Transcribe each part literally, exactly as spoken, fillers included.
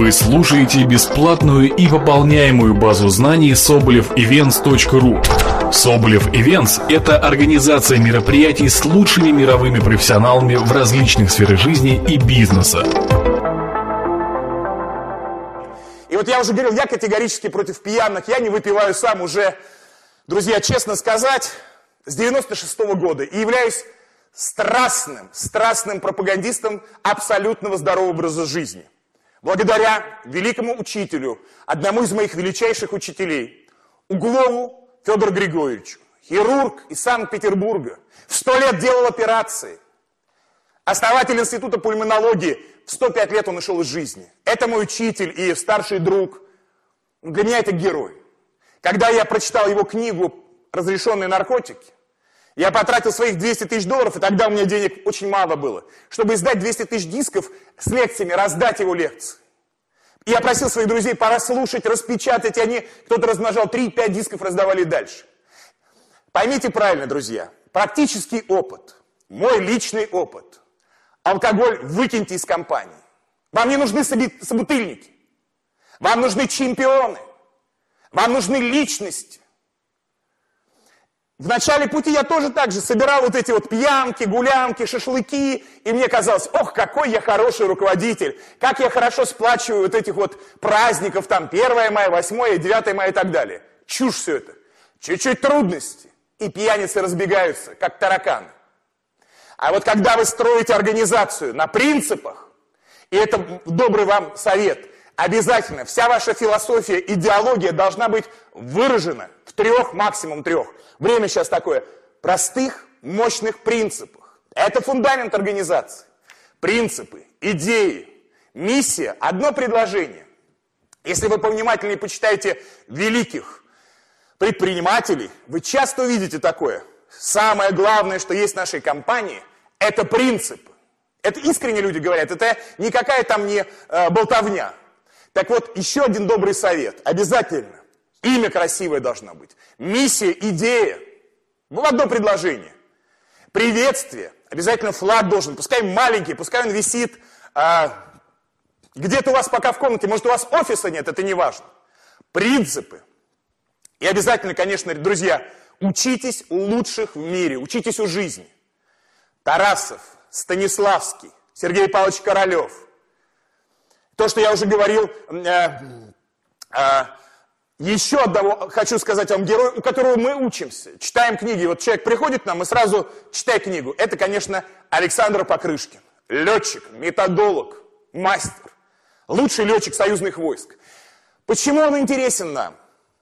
Вы слушаете бесплатную и пополняемую базу знаний соболев ивентс точка ру. Соболев Events – это организация мероприятий с лучшими мировыми профессионалами в различных сферах жизни и бизнеса. И вот я уже говорил, я категорически против пьяных, я не выпиваю сам уже, друзья, честно сказать, с девяносто шестого года и являюсь страстным, страстным пропагандистом абсолютного здорового образа жизни. Благодаря великому учителю, одному из моих величайших учителей, Углову Федору Григорьевичу, хирург из Санкт-Петербурга, в сто лет делал операции, основатель института пульмонологии, в сто пять лет он ушел из жизни. Это мой учитель и старший друг. Для меня это герой. Когда я прочитал его книгу «Разрешенные наркотики», я потратил своих двести тысяч долларов, и тогда у меня денег очень мало было, чтобы издать двести тысяч дисков с лекциями, раздать его лекции. И я просил своих друзей прослушать, распечатать, и они, кто-то размножал три-пять дисков, раздавали дальше. Поймите правильно, друзья, практический опыт, мой личный опыт. Алкоголь выкиньте из компании. Вам не нужны собутыльники, вам нужны чемпионы, вам нужны личности. В начале пути я тоже так же собирал вот эти вот пьянки, гулянки, шашлыки, и мне казалось, ох, какой я хороший руководитель, как я хорошо сплачиваю вот этих вот праздников, там, первое мая, восьмое, девятое мая и так далее. Чушь все это. Чуть-чуть трудности, и пьяницы разбегаются, как тараканы. А вот когда вы строите организацию на принципах, и это добрый вам совет, обязательно вся ваша философия, идеология должна быть выражена в трех, максимум трех. Время сейчас такое. Простых, мощных принципах. Это фундамент организации. Принципы, идеи, миссия, одно предложение. Если вы повнимательнее почитаете великих предпринимателей, вы часто увидите такое. Самое главное, что есть в нашей компании, это принципы. Это искренне люди говорят, это никакая там не э, болтовня. Так вот, еще один добрый совет. Обязательно. Имя красивое должно быть. Миссия, идея. Ну, одно предложение. Приветствие. Обязательно флаг должен. Пускай маленький, пускай он висит а, где-то у вас пока в комнате. Может, у вас офиса нет, это не важно. Принципы. И обязательно, конечно, друзья, учитесь у лучших в мире. Учитесь у жизни. Тарасов, Станиславский, Сергей Павлович Королев. То, что я уже говорил, э, э, еще одного хочу сказать вам герою, у которого мы учимся, читаем книги. Вот человек приходит к нам и сразу читай книгу. Это, конечно, Александр Покрышкин. Летчик, методолог, мастер. Лучший летчик союзных войск. Почему он интересен нам?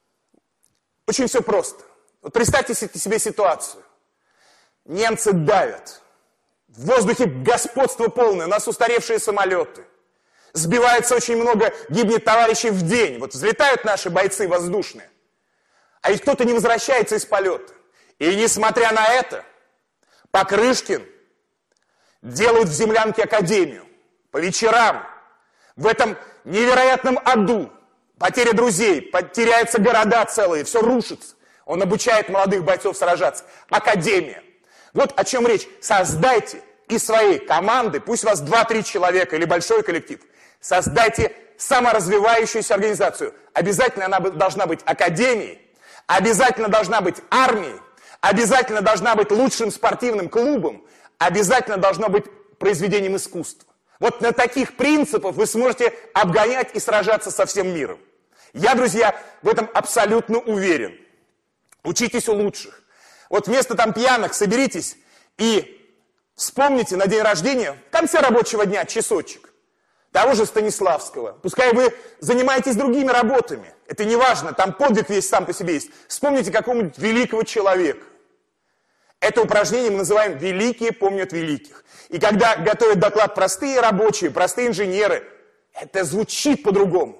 Очень все просто. Вот представьте себе ситуацию. Немцы давят. В воздухе господство полное, у нас устаревшие самолеты. Сбивается очень много, гибнет товарищей в день. Вот взлетают наши бойцы воздушные. А ведь кто-то не возвращается из полета. И несмотря на это, Покрышкин делает в землянке академию. По вечерам. В этом невероятном аду. Потеря друзей, теряются города целые, все рушится. Он обучает молодых бойцов сражаться. Академия. Вот о чем речь. Создайте из своей команды, пусть у вас два-три человека или большой коллектив, создайте саморазвивающуюся организацию. Обязательно она должна быть академией, обязательно должна быть армией, обязательно должна быть лучшим спортивным клубом, обязательно должно быть произведением искусства. Вот на таких принципах вы сможете обгонять и сражаться со всем миром. Я, друзья, в этом абсолютно уверен. Учитесь у лучших. Вот вместо там пьяных соберитесь и вспомните на день рождения, в конце рабочего дня, часочек, того же Станиславского. Пускай вы занимаетесь другими работами. Это не важно, там подвиг весь сам по себе есть. Вспомните какого-нибудь великого человека. Это упражнение мы называем «Великие помнят великих». И когда готовят доклад простые рабочие, простые инженеры, это звучит по-другому.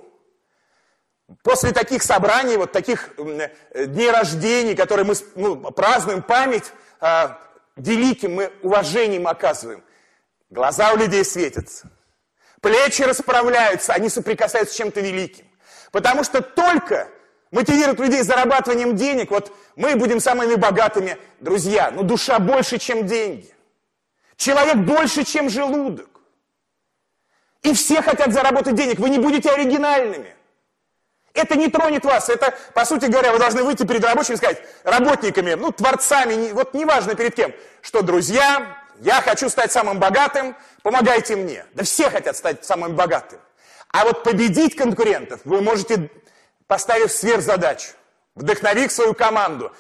После таких собраний, вот таких э, дней рождений, которые мы ну, празднуем, память э, великим мы уважением оказываем. Глаза у людей светятся. Плечи расправляются, они соприкасаются с чем-то великим. Потому что только мотивируют людей зарабатыванием денег, вот мы будем самыми богатыми. Друзья, ну душа больше, чем деньги. Человек больше, чем желудок. И все хотят заработать денег, вы не будете оригинальными. Это не тронет вас, это, по сути говоря, вы должны выйти перед рабочими и сказать, работниками, ну, творцами, вот неважно перед кем, что, друзья, я хочу стать самым богатым, помогайте мне. Да все хотят стать самым богатым. А вот победить конкурентов вы можете, поставив сверхзадачу, вдохновив свою команду,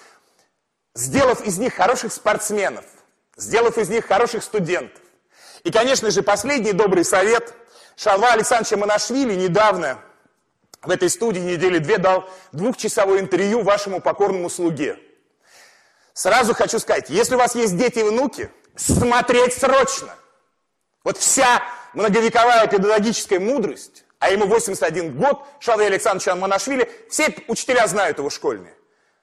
сделав из них хороших спортсменов, сделав из них хороших студентов. И, конечно же, последний добрый совет. Шалва Александровича Манашвили недавно в этой студии недели две дал двухчасовое интервью вашему покорному слуге. Сразу хочу сказать, если у вас есть дети и внуки, смотреть срочно. Вот вся многовековая педагогическая мудрость, а ему восемьдесят один год, Шалве Александровича Манашвили, все учителя знают его школьные.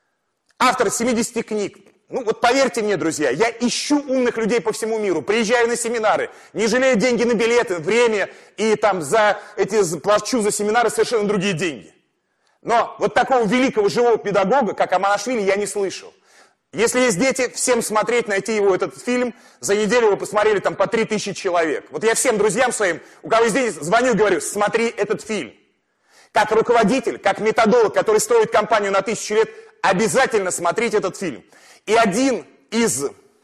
Автор семидесяти книг. Ну вот поверьте мне, друзья, я ищу умных людей по всему миру, приезжаю на семинары, не жалею деньги на билеты, время, и там за эти, плачу за семинары совершенно другие деньги. Но вот такого великого живого педагога, как Аманашвили, я не слышал. Если есть дети, всем смотреть, найти его этот фильм. За неделю вы посмотрели там по три тысячи человек. Вот я всем друзьям своим, у кого есть дети, звоню и говорю, смотри этот фильм. Как руководитель, как методолог, который строит компанию на тысячу лет, обязательно смотрите этот фильм. И один из,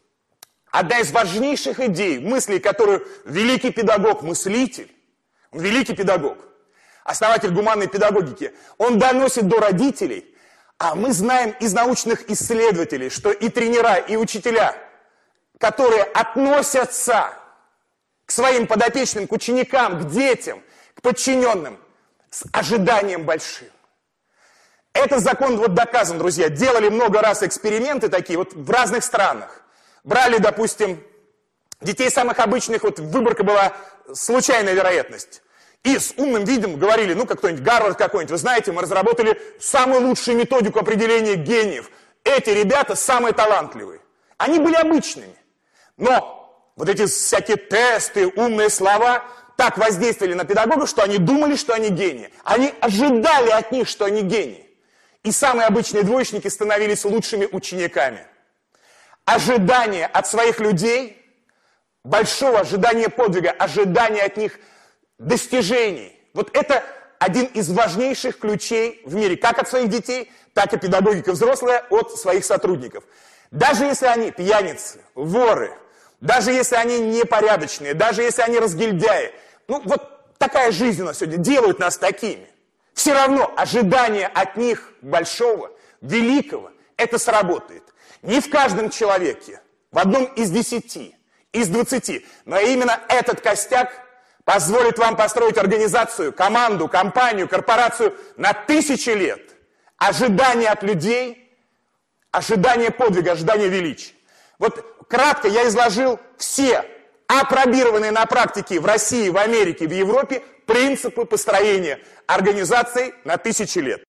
одна из важнейших идей, мыслей, которую великий педагог, мыслитель, он великий педагог, основатель гуманной педагогики, он доносит до родителей. А мы знаем из научных исследователей, что и тренера, и учителя, которые относятся к своим подопечным, к ученикам, к детям, к подчиненным с ожиданием большим. Этот закон вот доказан, друзья. Делали много раз эксперименты такие вот в разных странах. Брали, допустим, детей самых обычных, вот выборка была случайная вероятность. И с умным видом говорили, ну, как кто-нибудь, Гарвард какой-нибудь, вы знаете, мы разработали самую лучшую методику определения гениев. Эти ребята самые талантливые. Они были обычными. Но вот эти всякие тесты, умные слова так воздействовали на педагогов, что они думали, что они гении. Они ожидали от них, что они гении. И самые обычные двоечники становились лучшими учениками. Ожидание от своих людей, большого ожидания подвига, ожидание от них достижений. Вот это один из важнейших ключей в мире, как от своих детей, так и педагогика взрослая от своих сотрудников. Даже если они пьяницы, воры, даже если они непорядочные, даже если они разгильдяи, ну вот такая жизнь у нас сегодня, делают нас такими. Все равно ожидание от них большого, великого, это сработает. Не в каждом человеке, в одном из десяти, из двадцати, но именно этот костяк позволит вам построить организацию, команду, компанию, корпорацию на тысячи лет. Ожидание от людей, ожидание подвига, ожидание величия. Вот кратко я изложил все апробированные на практике в России, в Америке, в Европе принципы построения организаций на тысячи лет.